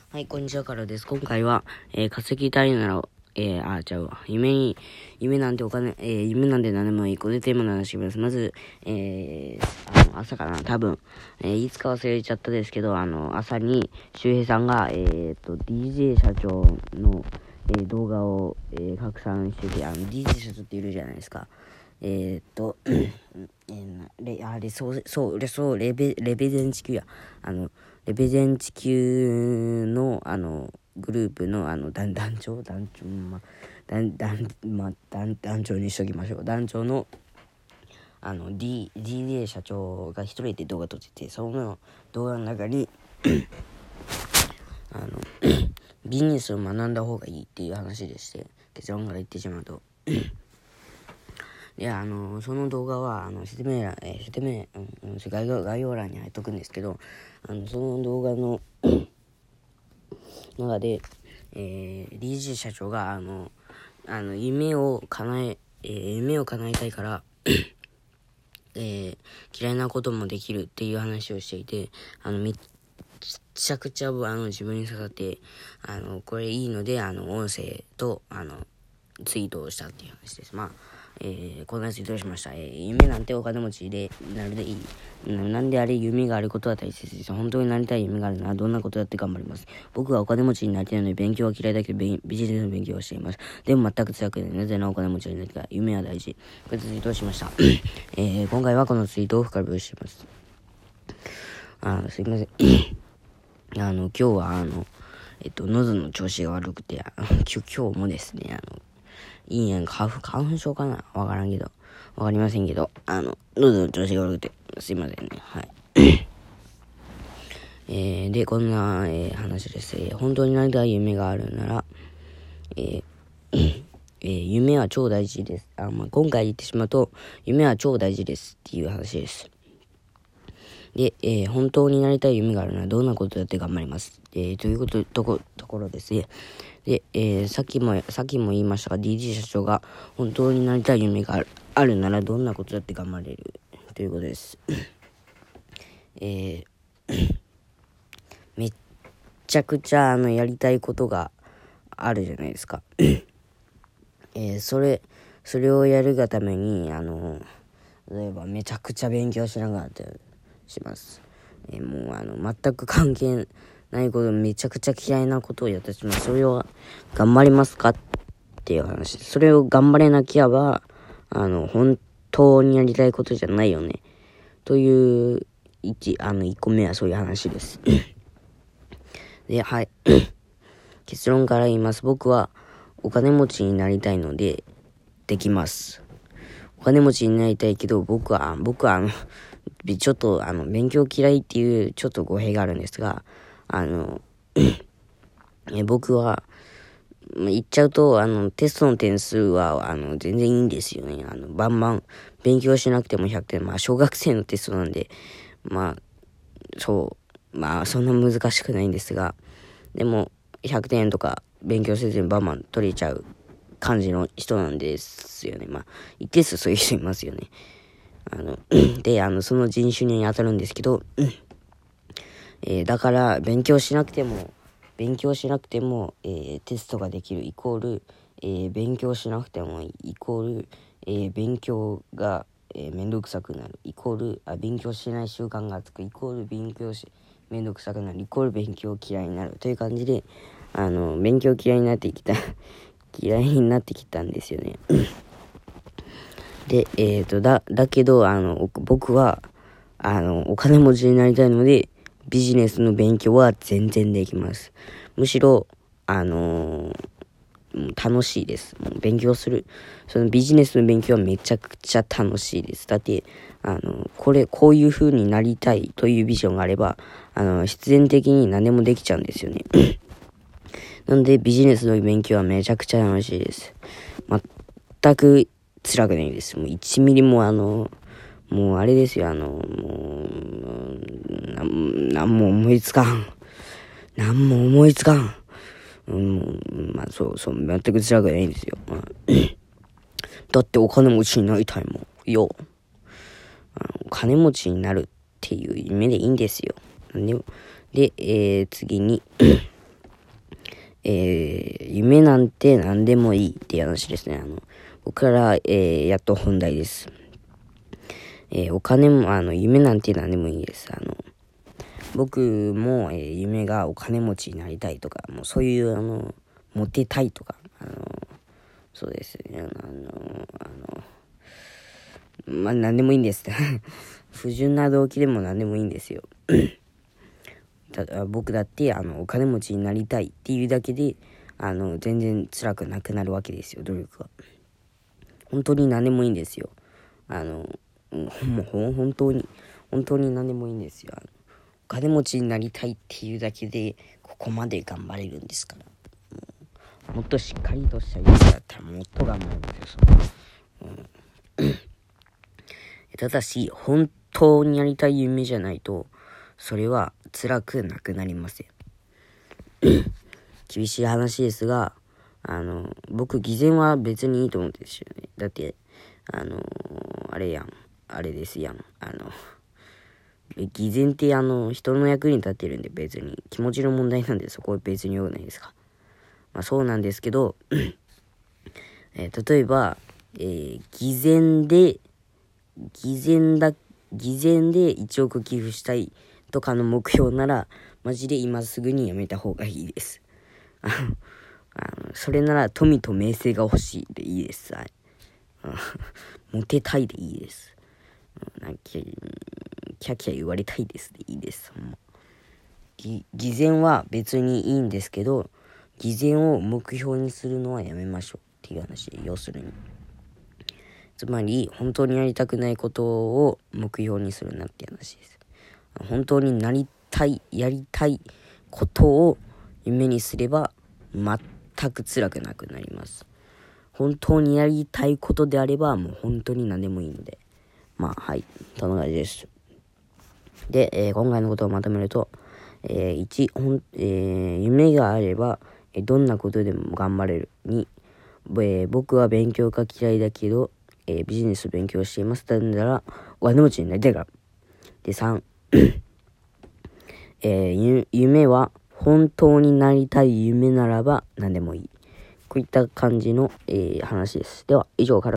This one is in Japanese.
はい、こんにちはからです。今回は、稼ぎたいなら、夢なんて夢なんて何でもいい。これでテーマの話します。まず、朝かな、多分、いつか忘れちゃったですけど、朝に、周平さんが、DJ 社長の、動画を、拡散してて、DJ 社長っているじゃないですか。レベゼン地球や。レベゼン地球の、グループの、団長にしときましょう。団長の、DJ 社長が一人で動画撮ってて、その動画の中に、ビジネスを学んだ方がいいっていう話でして、結論から言ってしまうと、いや、その動画は、概要欄に入っとくんですけど、その動画の中で、DJ 社長が、夢を叶えたいから、嫌いなこともできるっていう話をしていて、めちゃくちゃ、自分に刺さって、これいいので、音声と、ツイートをしたっていう話です。こんなツイートをしました。夢なんてお金持ちでなるでいい。なんであれ夢があることは大切です。本当になりたい夢があるならどんなことだって頑張ります。僕はお金持ちになりたいので勉強は嫌いだけどビジネスの勉強をしています。でも全く辛くない。なぜならお金持ちになりたい。夢は大事。これツイートをしました。今回はこのツイートを深掘りしています。すいません。今日は喉の調子が悪くて、今日もですね、花粉症かなわかりませんけど、喉の調子が悪くて、すいませんね。はい。で、こんな、話です。本当になりたい夢があるなら、夢は超大事です。今回言ってしまうと、夢は超大事ですっていう話です。で、本当になりたい夢があるならどんなことだって頑張ります。というところですね。で、さっきも言いましたが、DJ 社長が本当になりたい夢があるならどんなことだって頑張れるということです。めっちゃくちゃやりたいことがあるじゃないですか。それをやるがために例えばめちゃくちゃ勉強しながらします。もう全く関係ないこと、めちゃくちゃ嫌いなことをやってしまう。それを頑張りますかっていう話です。それを頑張れなきゃば、本当にやりたいことじゃないよね。という1個目はそういう話です。で、はい。結論から言います。僕はお金持ちになりたいので、できます。お金持ちになりたいけど、僕はちょっと勉強嫌いっていうちょっと語弊があるんですが、僕は言っちゃうとテストの点数は全然いいんですよね。バンバン勉強しなくても100点、小学生のテストなんでそんな難しくないんですが、でも100点とか勉強せずにバンバン取れちゃう感じの人なんですよね。一定数そういう人いますよね。で、その人種に当たるんですけど、だから勉強しなくても、テストができるイコール、勉強しなくてもイコール、勉強が、めんどくさくなるイコール、勉強しない習慣がつくイコールめんどくさくなるイコール勉強嫌いになるという感じで、勉強嫌いになってきたんですよね。で、だけど、僕は、お金持ちになりたいので、ビジネスの勉強は全然できます。むしろ、楽しいです。勉強する。そのビジネスの勉強はめちゃくちゃ楽しいです。だって、こういう風になりたいというビジョンがあれば、必然的に何でもできちゃうんですよね。なので、ビジネスの勉強はめちゃくちゃ楽しいです。全く辛くないです。もう1ミリももうあれですよ、なんも思いつかん。そう、全く辛くないんですよ。だってお金持ちになりたいもん。お金持ちになるっていう夢でいいんですよ。で、次に、 夢なんて何でもいいっていう話ですね。ここから、やっと本題です。お金も、夢なんて何でもいいです。僕も、夢がお金持ちになりたいとか、もうそういう、モテたいとか、そうですね。何でもいいんです。不純な動機でも何でもいいんですよ。ただ僕だってお金持ちになりたいっていうだけで全然辛くなくなるわけですよ、努力は。本当に何でもいいんですよ。もう本当に何でもいいんですよ。お金持ちになりたいっていうだけでここまで頑張れるんですから。もっとしっかりとした夢だったらもっと頑張るんですよ。ただし本当にやりたい夢じゃないとそれは辛くなくなりません。厳しい話ですが、僕偽善は別にいいと思うんですよね。だってあれですやん。偽善って人の役に立ってるんで別に気持ちの問題なんでそこは別によくないですか。そうなんですけど、例えば、偽善で1億寄付したいとかの目標ならマジで今すぐにやめた方がいいです。それなら富と名声が欲しいでいいです。はい。モテたいでいいです。キャキャ言われたいですでいいです。偽善は別にいいんですけど、偽善を目標にするのはやめましょうっていう話。要するにつまり本当にやりたくないことを目標にするなっていう話です。本当にやりたいことを夢にすれば全く辛くなくなります。本当にやりたいことであればもう本当に何でもいいので、はい、そんな感じです。で、今回のことをまとめると、1、夢があればどんなことでも頑張れる。2、僕は勉強が嫌いだけど、ビジネスを勉強しています。なんだらお金持ちになりたいから。で、3、夢は本当になりたい夢ならば何でもいい。こういった感じの、話です。では以上から